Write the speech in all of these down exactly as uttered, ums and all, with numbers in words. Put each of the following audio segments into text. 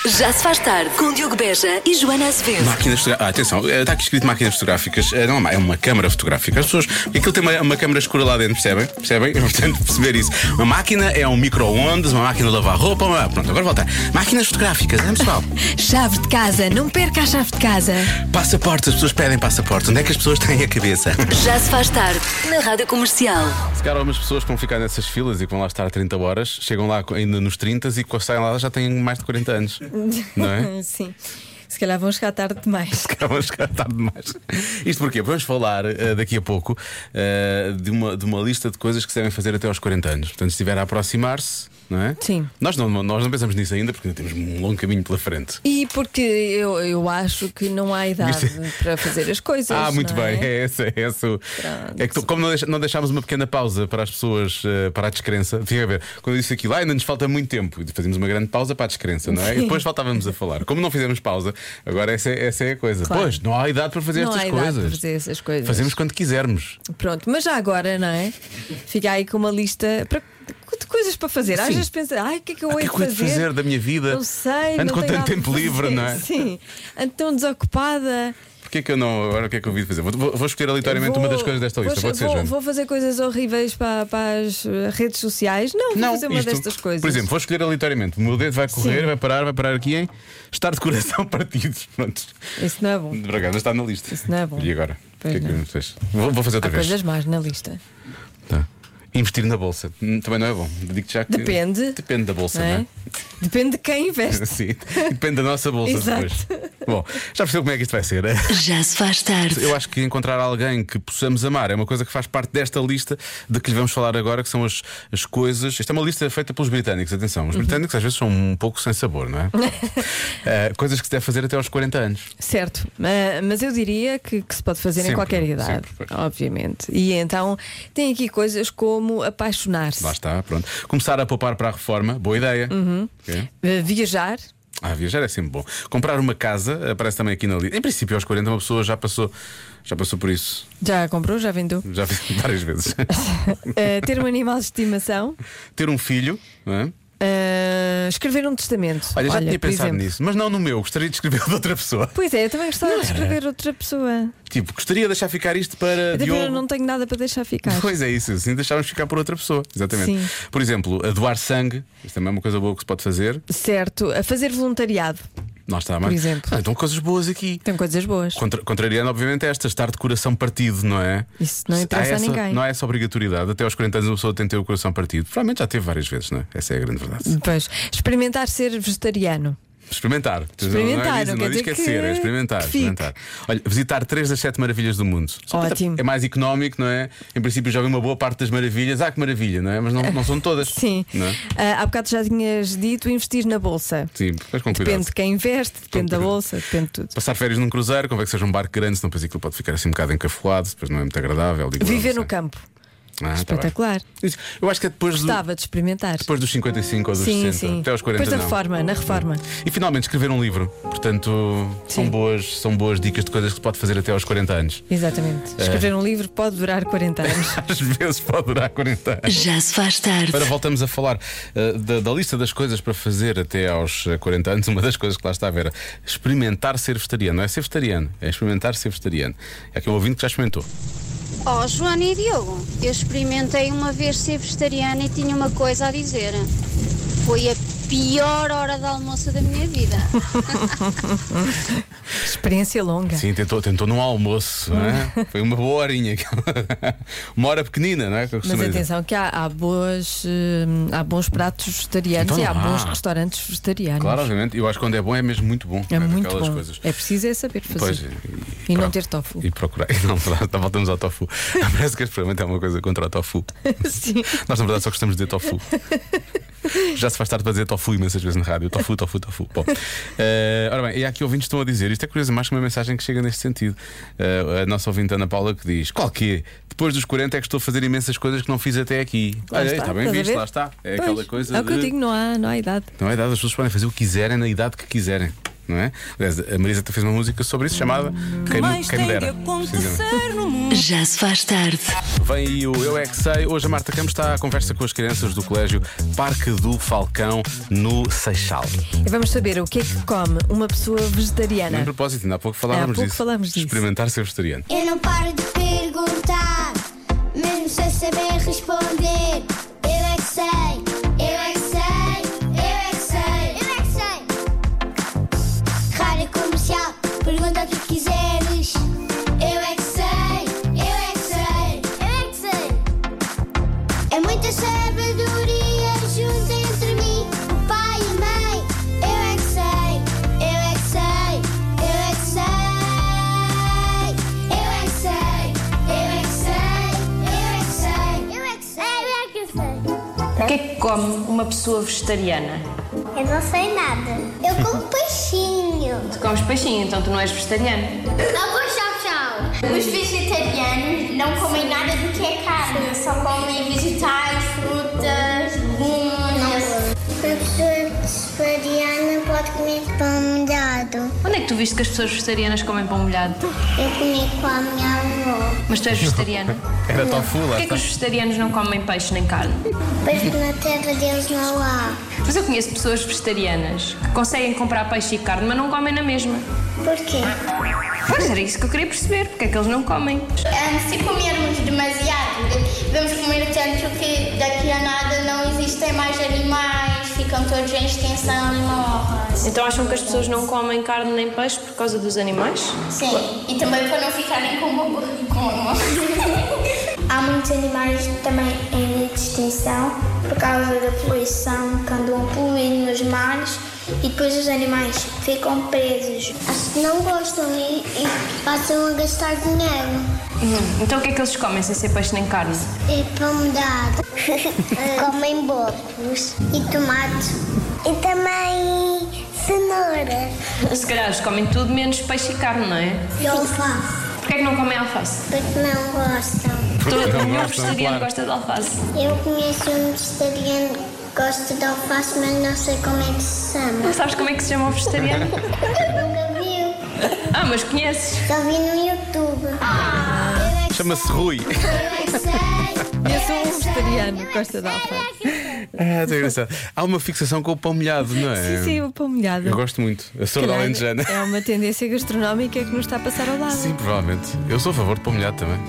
Já se faz tarde com Diogo Beja e Joana Azevedo. Máquinas fotográficas. Ah, atenção, está aqui escrito máquinas fotográficas. Não, é uma câmara fotográfica. As pessoas. Aquilo tem uma, uma câmara escura lá dentro, percebem? Percebem? É importante perceber isso. Uma máquina é um micro-ondas, uma máquina de lavar roupa. Uma... Pronto, agora voltar. Máquinas fotográficas, é pessoal? Chave de casa, não perca a chave de casa. Passaportes, as pessoas pedem passaporte. Onde é que as pessoas têm a cabeça? Já se faz tarde na Rádio Comercial. Se calhar algumas pessoas que vão ficar nessas filas e que vão lá estar trinta horas, chegam lá ainda nos trinta e quando saem lá já têm mais de quarenta anos. Não é? Sim. Se calhar vão chegar tarde demais. Se calhar vão chegar tarde demais. Isto porquê? Vamos falar uh, daqui a pouco uh, de, uma, de uma lista de coisas que se devem fazer até aos quarenta anos. Portanto, se estiver a aproximar-se, não é? Sim. Nós não, nós não pensamos nisso ainda porque ainda temos um longo caminho pela frente. E porque eu, eu acho que não há idade para fazer as coisas. Ah, muito não bem. É, É esse, é esse. É que tu, como não, deixa, não deixámos uma pequena pausa para as pessoas, uh, para a descrença. Fica a ver, quando eu disse aquilo, ah, ainda nos falta muito tempo. Fazíamos uma grande pausa para a descrença, não é? Sim. E depois faltávamos a falar. Como não fizemos pausa, agora essa é, essa é a coisa. Claro. Pois, não há idade para fazer não estas há idade coisas. para fazer essas coisas. Fazemos quando quisermos. Pronto, mas já agora, não é? Fica aí com uma lista para, de coisas para fazer. Às Sim. vezes pensa, ai, o que é que eu Ah, hei o que de é que eu hei fazer? de fazer da minha vida? Não sei. Ando não com tenho tanto nada tempo para livre, fazer. não é? Sim, ando tão desocupada. Porquê que eu não. Agora o que é que eu vi fazer? Vou, vou escolher aleatoriamente Vou- uma das coisas desta lista. vou, Pode ser, vou, Joana? vou fazer coisas horríveis para, para as uh, redes sociais. Não, vou fazer uma isto- destas coisas. Por exemplo, vou escolher aleatoriamente. O meu dedo vai correr, Sim. vai parar, vai parar aqui em estar de coração partidos. Pronto. Isso não é bom. De Bragança está na lista. Isso não é bom. E agora? Pois o que é que não. eu fez? Vou, vou fazer outra Há vez. coisas más na lista. Tá. Investir na bolsa Hum, também não é bom. Digo-te já que Depende. Depende da bolsa, Não não é? é? Depende de quem investe. Sim, depende da nossa bolsa Exato. depois. Bom, já percebeu como é que isto vai ser? Já se faz tarde. Eu acho que encontrar alguém que possamos amar é uma coisa que faz parte desta lista de que lhe vamos falar agora, que são as, as coisas. Esta é uma lista feita pelos britânicos, atenção. Os britânicos às vezes são um pouco sem sabor, não é? Eh, coisas que se deve fazer até aos quarenta anos. Certo, ma- mas eu diria que, que se pode fazer Sempre, em qualquer idade, sempre, pois. obviamente. E então tem aqui coisas como apaixonar-se, Lá está, pronto. Começar a poupar para a reforma, boa ideia. Ok. eh, viajar. Ah, viajar é sempre bom. Comprar uma casa, aparece também aqui na lista. Em princípio, aos quarenta, uma pessoa já passou, já passou por isso. Já comprou, já vendeu. Já fiz várias vezes. Eh, ter um animal de estimação. Ter um filho, não é? eh, escrever um testamento. Olha, já tinha por pensado exemplo. nisso, mas não no meu. Gostaria de escrever de outra pessoa. Pois é, eu também gostava de escrever outra pessoa. Tipo, gostaria de deixar ficar isto para Até porque Diogo. eu não tenho nada para deixar ficar. Pois é isso, assim deixávamos ficar por outra pessoa. Exatamente. Sim. Por exemplo, a doar sangue. Isto também é uma coisa boa que se pode fazer. Certo, a fazer voluntariado. Não está Por mais. exemplo. Ah, então coisas boas aqui. Tem coisas boas. Contra, contrariando, obviamente, esta, estar de coração partido, não é? Isso não Se- interessa há a essa, ninguém. Não há essa obrigatoriedade. Até aos quarenta anos, uma pessoa tem que ter o coração partido. Provavelmente já teve várias vezes, não é? Essa é a grande verdade. Depois, experimentar ser vegetariano. Experimentar. Experimentar, não é isso, não não quer diz que é dizer ser, é que- experimentar. que fique. experimentar. Olha, visitar três das sete maravilhas do mundo. Só para- Ótimo. É mais económico, não é? Em princípio, já vi uma boa parte das maravilhas. Ah, que maravilha, não é? Mas não, não são todas. Sim. Não é? Ah, há bocado já tinhas dito investir na bolsa. Sim, mas com cuidado. Depende de quem investe, depende da cuidado. bolsa, depende de tudo. Passar férias num cruzeiro, convém que seja um barco grande, senão depois aquilo pode ficar assim um bocado encafuado, depois não é muito agradável. digo eu, Viver não no sei. campo. Ah, tá Espetacular. bem. Isso, eu acho que é depois, do, Gostava de experimentar. depois dos cinquenta e cinco ou dos Sim, sessenta, sim. até aos quarenta. Depois da não. reforma, na reforma. E finalmente escrever um livro. Portanto, são Sim. boas, são boas dicas de coisas que se pode fazer até aos quarenta anos. Exatamente. É. Escrever um livro pode durar quarenta anos. Às vezes pode durar quarenta anos. Já se faz tarde. Agora voltamos a falar uh, da, da lista das coisas para fazer até aos uh, quarenta anos. Uma das coisas que lá está a ver, experimentar ser vegetariano. Não é ser vegetariano, é experimentar ser vegetariano. É aqui um ouvinte que já experimentou. Oh, Joana e Diogo, eu experimentei uma vez ser vegetariana e tinha uma coisa a dizer. Foi a pior hora de almoço da minha vida. Experiência longa. Sim, tentou, tentou num almoço, não é? Foi uma boa horinha. Uma hora pequenina, não é? Que eu Mas costumo dizer. atenção que há, há, boas, hum, há bons pratos vegetarianos Então e há não há. bons restaurantes vegetarianos. Claro, obviamente. Eu acho que quando é bom é mesmo muito bom. É não muito Aquelas bom. coisas. É preciso é saber fazer. Pois, E não pro- ter tofu. E procurar. Não, não, voltamos ao tofu. Parece que este programa é uma coisa contra o tofu. Sim. Nós, na verdade, só gostamos de dizer tofu. Já se faz tarde para dizer tofu imensas vezes na rádio. Tofu, tofu, tofu. Bom, eh, ora bem, e há aqui ouvintes que estão a dizer. Isto é curioso, mais que uma mensagem que chega neste sentido. Eh, a nossa ouvinte Ana Paula que diz: qual que é? Depois dos quarenta é que estou a fazer imensas coisas que não fiz até aqui. Lá Olha, está, está bem estás a visto, ver? lá está. É Pois, aquela coisa. é o que eu de- digo, não há, não há idade. Não é idade, as pessoas podem fazer o que quiserem na idade que quiserem. não é? Aliás, a Marisa fez uma música sobre isso chamada Quem, me- quem me dera. Já se faz tarde. Vem aí o Eu É Que Sei. Hoje a Marta Campos está à conversa com as crianças do colégio Parque do Falcão, no Seixal. E vamos saber o que é que come uma pessoa vegetariana. A propósito, ainda há pouco falávamos Há pouco disso. falamos disso. Experimentar ser vegetariano. Eu não paro de perguntar, mesmo sem saber responder. Eu é que sei, eu é que sei, eu é que sei, eu é que sei. Rádio Comercial, pergunta o que quiseres. Eu é que sei, eu é que sei, eu é que sei. É muita sabedoria junto entre mim, o pai e a mãe. Eu é que sei, eu é que sei, eu é que sei. Eu é que sei, eu é que sei, eu é que sei, eu é que sei, eu é que sei. O que é que come uma pessoa vegetariana? Eu não sei nada. Eu como peixinho. Tu comes peixinho, então tu não és vegetariano. Não com tchau, tchau. Os vegetarianos não comem nada do que é carne. Só comem vegetais, frutas, legumes. Uma pessoa vegetariana pode comer pão molhado. Onde é que tu viste que as pessoas vegetarianas comem pão molhado? Eu comi com a minha avó. Mas tu és vegetariana? Era tofu, lá Porquê é que está. os vegetarianos não comem peixe nem carne? Porque na terra deles não há. Mas eu conheço pessoas vegetarianas que conseguem comprar peixe e carne, mas não comem na mesma. Porquê? Pois era isso que eu queria perceber, porque é que eles não comem. Se comermos demasiado, vamos comer tanto que daqui a nada não existem mais animais, ficam todos em extinção e morrem. Então acham que as pessoas não comem carne nem peixe por causa dos animais? Sim, e também para não ficarem com uma como. Há muitos animais também em extinção por causa da poluição, que andam a poluir nos mares e depois os animais ficam presos. Acho que não gostam e, e passam a gastar dinheiro. Hum, então o que é que eles comem sem ser peixe nem carne? É pão molhado. Comem bocos e tomate. E também cenoura. Se calhar eles comem tudo menos peixe e carne, não é? E alface. Porquê é que não comem alface? Porque não gostam. Porque Todo não nenhum gostam, vegetariano claro. gosta de alface. Eu conheço um vegetariano que gosta de alface, mas não sei como é que se chama. Não sabes como é que se chama o vegetariano? Nunca viu. Ah, mas conheces. Só vi no YouTube. Eu é que Chama-se Rui. sei, eu é que sei. Eu sou um vegetariano que gosta de alface. Ah, tão engraçado. Há uma fixação com o pão molhado, não é? Sim, sim, o pão molhado. Eu gosto muito. A Se sorda calhar alentejana. É uma tendência gastronómica que nos está a passar ao lado. Sim, provavelmente. Eu sou a favor de pão molhado também.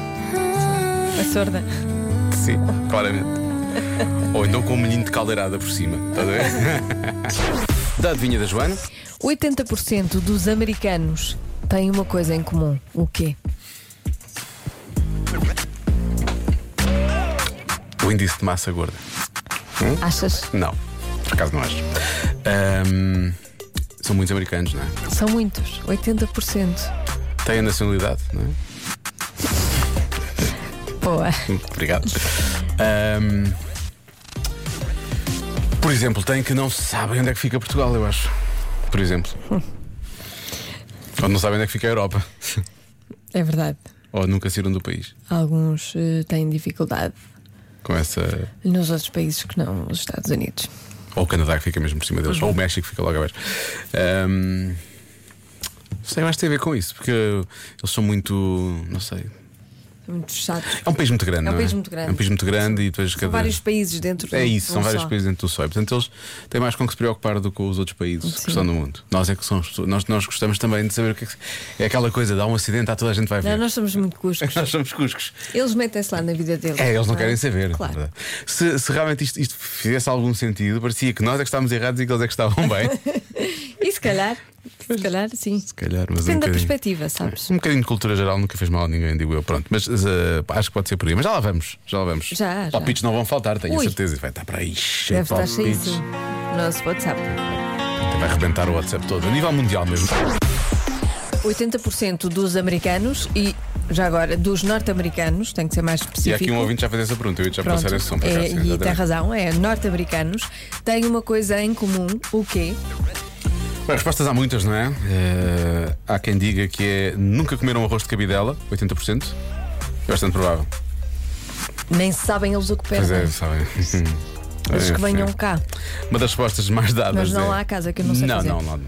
A sorda. Sim, claramente. Ou então com um molhinho de caldeirada por cima. Está a ver? Da adivinha da Joana? oitenta por cento dos americanos têm uma coisa em comum. O quê? O índice de massa gorda. Achas? Não, por acaso não acho. Ahm, são muitos americanos, não é? São muitos. oitenta por cento. Têm a nacionalidade, não é? Boa. Obrigado. Ahm, por exemplo, tem que não sabem onde é que fica Portugal, eu acho. Por exemplo. Ou não sabem onde é que fica a Europa. É verdade. Ou nunca saíram do país. Alguns eh, têm dificuldade Com essa. nos outros países que não os Estados Unidos. Ou o Canadá que fica mesmo por cima deles. Ou o México que fica logo abaixo. Ahm, sei, eu acho que tem a ver com isso. Porque eles são muito. Não sei. São muito fechados. É um país muito grande, É um não país muito grande. É um país muito grande e depois São cada. vários países dentro do É isso, de são um vários só. países dentro do só. E, portanto, eles têm mais com que se preocupar do que com os outros países Sim. que estão no mundo. Nós é que somos. Nós, nós gostamos também de saber o que é que. É aquela coisa de dar um acidente, a toda a gente vai ver. Não, nós somos muito cuscos. Nós somos cuscos. Eles metem-se lá na vida deles. É, eles não é? querem saber. Claro. Verdade. Se, se realmente isto, isto fizesse algum sentido, parecia que nós é que estávamos errados e que eles é que estavam bem. E se calhar, se calhar, sim. Se calhar, mas um Depende da bocadinho. perspectiva, sabes? Um bocadinho de cultura geral nunca fez mal a ninguém, digo eu. Pronto, mas uh, acho que pode ser por aí. Mas já lá vamos, já lá vamos. Já, já. Palpites não vão faltar, tenho a Ui. certeza. Vai estar para aí cheio Deve de estar cheio palpites. sim. Nosso WhatsApp. Vai arrebentar o WhatsApp todo, a nível mundial mesmo. oitenta por cento dos americanos e, já agora, dos norte-americanos, tem que ser mais E específico. aqui um ouvinte já fez essa pergunta, eu ia já Pronto, passar esse som para cá. é, sim, e tem exatamente. razão, é norte-americanos, têm uma coisa em comum, o quê? Bem, respostas há muitas, não é? Eh, há quem diga que é nunca comeram arroz de cabidela, oitenta por cento. É bastante provável. Nem sabem eles o que Pois perdem. é, sabem. Eles que É, venham sim. cá. Uma das respostas mais dadas Mas não é... há casa que eu não sei não, fazer. Não, não, não.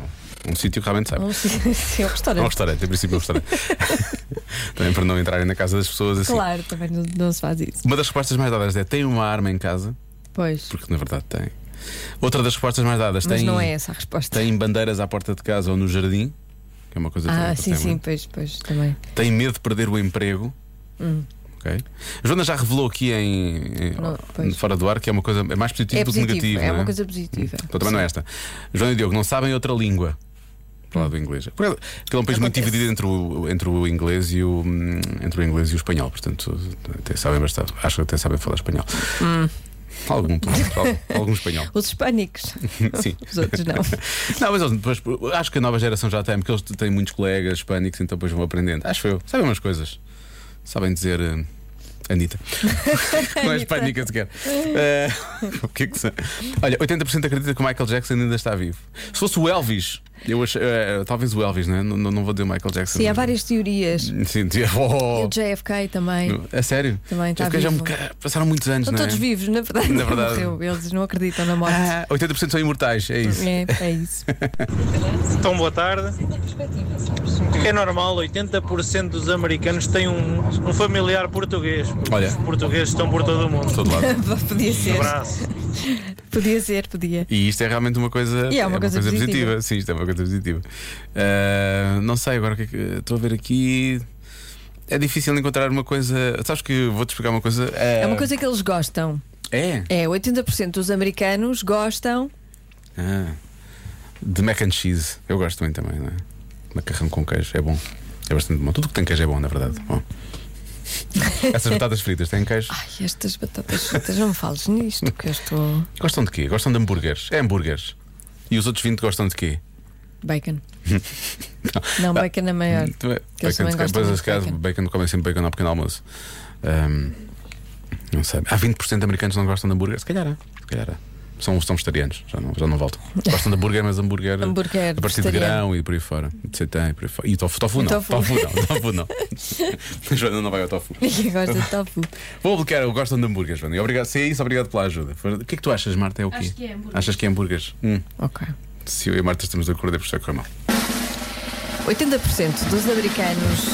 Um sítio que realmente sabe. Um, sim, sim, um É um restaurante. restaurante, em princípio é um restaurante. Também para não entrarem na casa das pessoas assim. Claro, também não, não se faz isso. Uma das respostas mais dadas é: tem uma arma em casa? Pois. Porque na verdade tem. Outra das respostas mais dadas: Mas tem, não é essa a resposta. tem bandeiras à porta de casa ou no jardim, que é uma coisa Ah, também que sim, tem sim, muito. pois, pois, também. Tem medo de perder o emprego. Hum. Ok. A Joana já revelou aqui em, em- Não, pois. fora do ar que é uma coisa é mais positiva É do que positivo, negativa. é não uma coisa positiva. Então também não é esta. Joana e Diogo não sabem outra língua. Para lá do inglês. Porque aquele é um país muito Acontece. dividido entre o, entre o inglês e o hum, entre o inglês e o espanhol. Portanto, até sabem bastante. Acho que até sabem falar espanhol. Hum. Algum, algum, algum espanhol. Os hispânicos. Sim. Os outros não. Não, mas eles depois, acho que a nova geração já tem, porque eles têm muitos colegas hispânicos, então depois vão aprendendo. Acho eu. Sabem umas coisas. Sabem dizer. Uh, Anitta. Não é hispânica sequer. Uh, o que é que são? Olha, oitenta por cento acredita que o Michael Jackson ainda está vivo. Se fosse o Elvis, eu acho, uh, talvez o Elvis, né? não, não, não vou dizer o Michael Jackson. Sim, há várias teorias. Sim, oh. E o J F K também. É sério? Também está J F K já vivo. me- passaram muitos anos, Estão não é? todos vivos, na verdade. Na não verdade. morreu. Eles não acreditam na morte. Ah, oitenta por cento são imortais, é isso. É, é isso. Então, boa tarde. É normal, oitenta por cento dos americanos têm um, um familiar português. Olha. Os portugueses estão por todo o mundo. Todo lado. Podia Um ser. abraço. Podia ser, podia. E isto é realmente uma coisa, E é uma coisa positiva. Sim, isto é uma coisa positiva. Ah, não sei agora o que é que. Estou a ver aqui. É difícil encontrar uma coisa. Sabes que vou-te explicar uma coisa. Ah, É uma coisa que eles gostam. É? É, oitenta por cento dos americanos gostam. Ah, de mac and cheese. Eu gosto muito também, não é? Macarrão com queijo, é bom. É bastante bom. Tudo que tem queijo é bom, na verdade. Bom. Essas batatas fritas têm queijo? Ai, estas batatas fritas, não me fales nisto, que eu estou. Gostam de quê? Gostam de hambúrgueres? É hambúrgueres. E os outros vinte gostam de quê? Bacon. Não, bacon é maior. Tu é- Que eles Bacon, também gostam depois, muito se calhar, de bacon. bacon comem sempre bacon ao pequeno almoço. Ahm, não sei. Há vinte por cento de americanos que não gostam de hambúrguer. Se calhar, há. se calhar. há. São, são vegetarianos, já não, já não voltam. Gostam de hambúrguer, mas hambúrguer, Hambúrguer a partir de vegetariano. grão e por aí fora. De seitã e por aí fora. E tofu, tofu não. Tofu. Tofu não. Tofu não. A Joana não vai ao tofu. Ninguém gosta de tofu. Vou bloquear, eu gosto de hambúrgueres, Joana. E obrigado, se é isso, obrigado pela ajuda. O que é que tu achas, Marta? É o quê? Acho que é hambúrguer. Achas que é hambúrgueres? Hum. Ok. Se eu e a Marta estamos de acordo, é por isso que corre mal. oitenta por cento dos americanos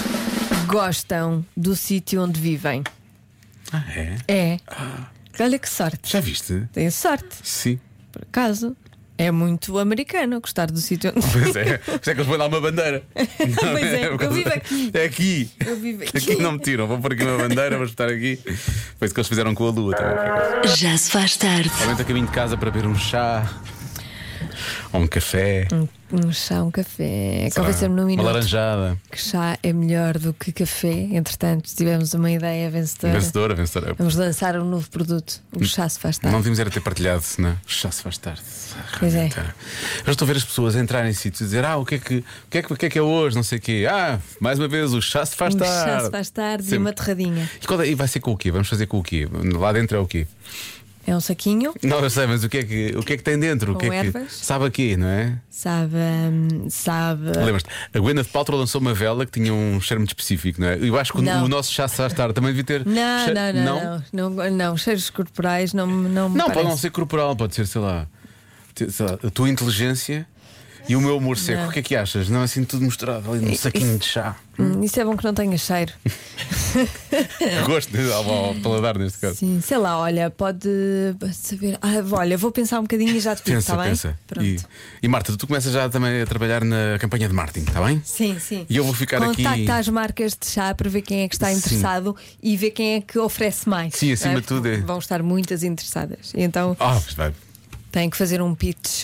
gostam do sítio onde vivem. Ah, é? É. Olha que sorte. Já viste? Tem sorte, Sim. por acaso. É muito americano gostar do sítio onde. Pois é, por isso é que eles põem lá uma bandeira. Pois é, eu vivo aqui. É aqui. Eu vivo aqui. Aqui não me tiram, vou pôr aqui uma bandeira, vou estar aqui. Foi isso que eles fizeram com a lua também. Já se faz tarde. Realmente a caminho de casa para beber um chá ou um café. Um chá, um café. Convencer-me num Uma minuto laranjada. que chá é melhor do que café. Entretanto, tivemos uma ideia vencedora. Vencedora, vencedora. Vamos lançar um novo produto. O chá se faz tarde. Não devíamos era ter partilhado, não? Chá se faz tarde. Pois é. Eu estou a ver as pessoas entrarem em sítios e dizer: Ah, o que é que, o que, é que, o que é que é hoje? Não sei o quê. Ah, mais uma vez, o chá se faz Um tarde. chá se faz tarde e Sempre. uma terradinha. E, qual é- e vai ser com o quê? Vamos fazer com o quê? Lá dentro é o quê? É um saquinho, Não, eu sei, mas o que é que, o que, é que tem dentro? O Com que é que, ervas? sabe aqui, não é? sabe. hum, sabe. Lembras-te? A Gwyneth Paltrow lançou uma vela que tinha um cheiro muito específico, não é? Eu acho que o- Não. o nosso chá se faz tarde também devia ter. Não, cheiro- não, não, não, não, não. Cheiros corporais não, me- não me Não, pode parece. não ser corporal, pode ser, sei lá, ter- sei lá, a tua inteligência e o meu humor seco. Não. O que é que achas? Não, assim tudo misturado ali num saquinho de chá. Hum, Isso é bom que não tenha cheiro. Gosto de, ao, ao paladar neste caso. Sim, sei lá, olha, pode saber. Ah, olha, vou pensar um bocadinho e já te digo, Pensa, está bem? pensa. Pronto. E, e Marta, tu começas já também a trabalhar na campanha de marketing, está bem? Sim, sim. E eu vou ficar aqui- Contacta as marcas de chá para ver quem é que está Sim. interessado e ver quem é que oferece mais. Sim, acima não é? de tudo é- Vão estar muitas interessadas. E então Ah, pois vai. têm que fazer um pitch.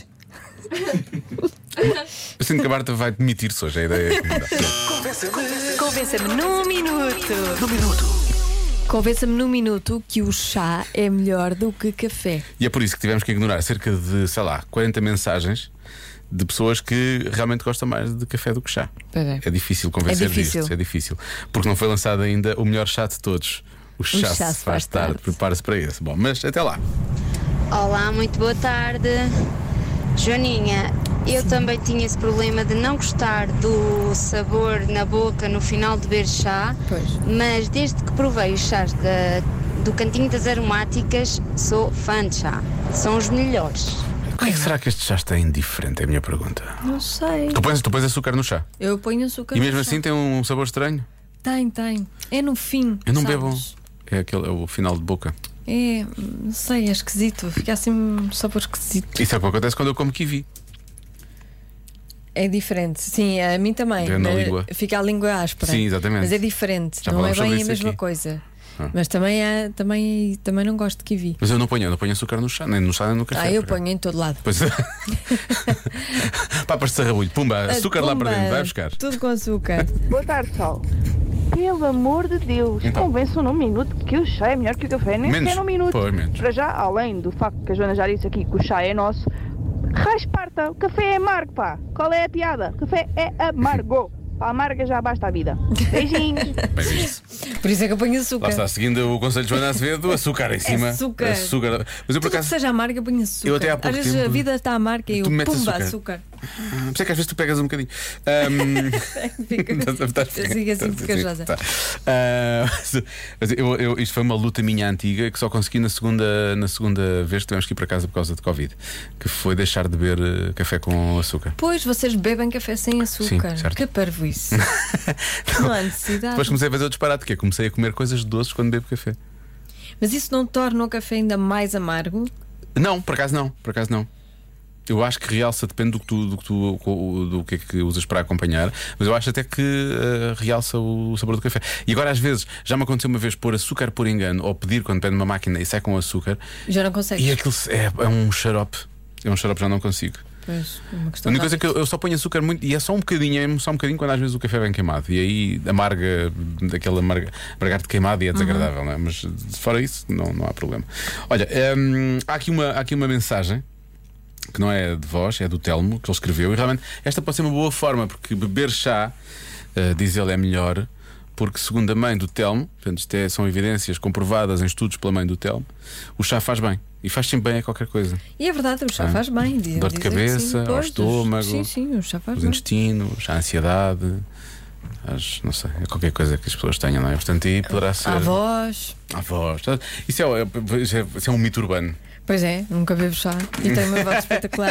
Eu sinto que a Marta vai demitir-se hoje, a ideia é que me dá. Convença-me num minuto. Num minuto. Convença-me num minuto que o chá é melhor do que café. E é por isso que tivemos que ignorar cerca de, sei lá, quarenta mensagens de pessoas que realmente gostam mais de café do que chá. Pois é. É difícil convencer É difícil. disto, é difícil. Porque não foi lançado ainda o melhor chá de todos. O chá, chá se faz tarde. tarde. Prepara-se para isso. Bom, mas até lá. Olá, muito boa tarde. Joaninha, eu também tinha esse problema de não gostar do sabor na boca no final de beber chá, Pois. mas desde que provei os chás da- do Cantinho das Aromáticas, sou fã de chá. São os melhores. O que é que será que este chá está indiferente? É a minha pergunta. Não sei. Tu pões, tu pões açúcar no chá? Eu ponho açúcar E no mesmo chá. assim tem um sabor estranho? Tem, tem. É no fim. Eu não sabes? bebo. É, aquele, é o final de boca. É, não sei, é esquisito. Fica assim um sabor esquisito. Isso é o que acontece quando eu como kiwi. É diferente. Sim, a mim também. É na Mas língua. Fica a língua áspera. Sim, exatamente. Mas é diferente. Já não é falámos sobre bem a isso mesma aqui. coisa. Ah. Mas também, é, também, também não gosto de kiwi. Mas eu não ponho, eu não ponho açúcar no chá, nem no chá nem no café. Ah, eu por ponho em todo lado. Pois Papas de sarrabulho, pumba, açúcar lá para Pumba, dentro, vai buscar. Tudo com açúcar. Boa tarde, Sol. Pelo amor de Deus, Então. convençam num minuto que o chá é melhor que o café. Nem Menos. sequer num minuto. Pois, menos. Para já, além do facto que a Joana já disse aqui que o chá é nosso, rasparta, o café é amargo, pá. Qual é a piada? O café é amargo. Para amarga já basta a vida. Beijinhos. Bem visto. Por isso é que eu ponho açúcar. Lá está, seguindo o conselho de Joana Azevedo, açúcar em cima. Açúcar. açúcar. Mas eu por Tudo que acaso. seja amarga, eu ponho açúcar. Eu até há pouco Às vezes tempo- a vida está amarga e eu Tu metes pumba açúcar. açúcar. Por isso é que às vezes tu pegas um bocadinho. Ahm, Fica- estás- estás- Eu sigo assim estás- pegajosa. tá. Ah, mas eu, eu- isto foi uma luta minha antiga que só consegui na segunda, na segunda vez que tivemos que ir para casa por causa de Covid, que foi deixar de beber eh, café com açúcar. Pois vocês bebem café sem açúcar. Sim, certo. Que parvoíce. Não há necessidade. Depois comecei a fazer o disparate, que é comecei a comer coisas doces quando bebo café. Mas isso não torna o café ainda mais amargo? Não, por acaso não, por acaso não. Eu acho que realça, depende do que tu, do que, tu, do que é que usas para acompanhar, mas eu acho até que uh, realça o sabor do café. E agora, às vezes, já me aconteceu uma vez pôr açúcar por engano, ou pedir quando pede numa máquina e sai com açúcar, Já não consegues? e aquilo é, é um xarope. É um xarope, já não consigo. Pois, é uma A questão única coisa é de que eu, eu só ponho açúcar muito, e é só um bocadinho, é só um bocadinho quando às vezes o café vem queimado. E aí amarga, daquele amarga, amargar de queimado e é desagradável, não é? Mas fora isso, não, não há problema. Olha, hum, há, aqui uma, há aqui uma mensagem que não é de voz, é do Telmo, que ele escreveu. E realmente esta pode ser uma boa forma, porque beber chá, uh, diz ele, é melhor. Porque, segundo a mãe do Telmo, portanto, isto é, são evidências comprovadas em estudos pela mãe do Telmo, o chá faz bem. E faz sempre bem a qualquer coisa. E é verdade, o chá Ah. faz bem. Dizem, Dor de dizem que cabeça, sim. ao Pois, os- estômago, Sim, sim, o chá faz Os bem. intestinos, a ansiedade, as, não sei, é qualquer coisa que as pessoas tenham, não é? Portanto, aí poderá ser. A voz. A voz. Isso é, é, isso é, isso é um mito urbano. Pois é, nunca bebo chá e tenho uma voz espetacular.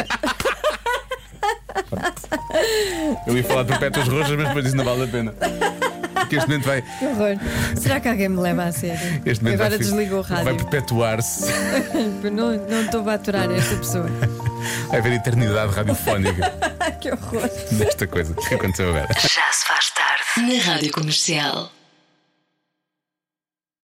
Eu ia falar de perpétuas roxas, mas depois isso não vale a pena. Porque este momento vai. Que horror. Será que alguém me leva a sério? Este momento Agora vai, desliga o vai rádio. perpetuar-se. Não, não estou a aturar esta pessoa. Vai haver eternidade radiofónica Que horror. desta coisa que aconteceu agora. Já se faz tarde na Rádio Comercial.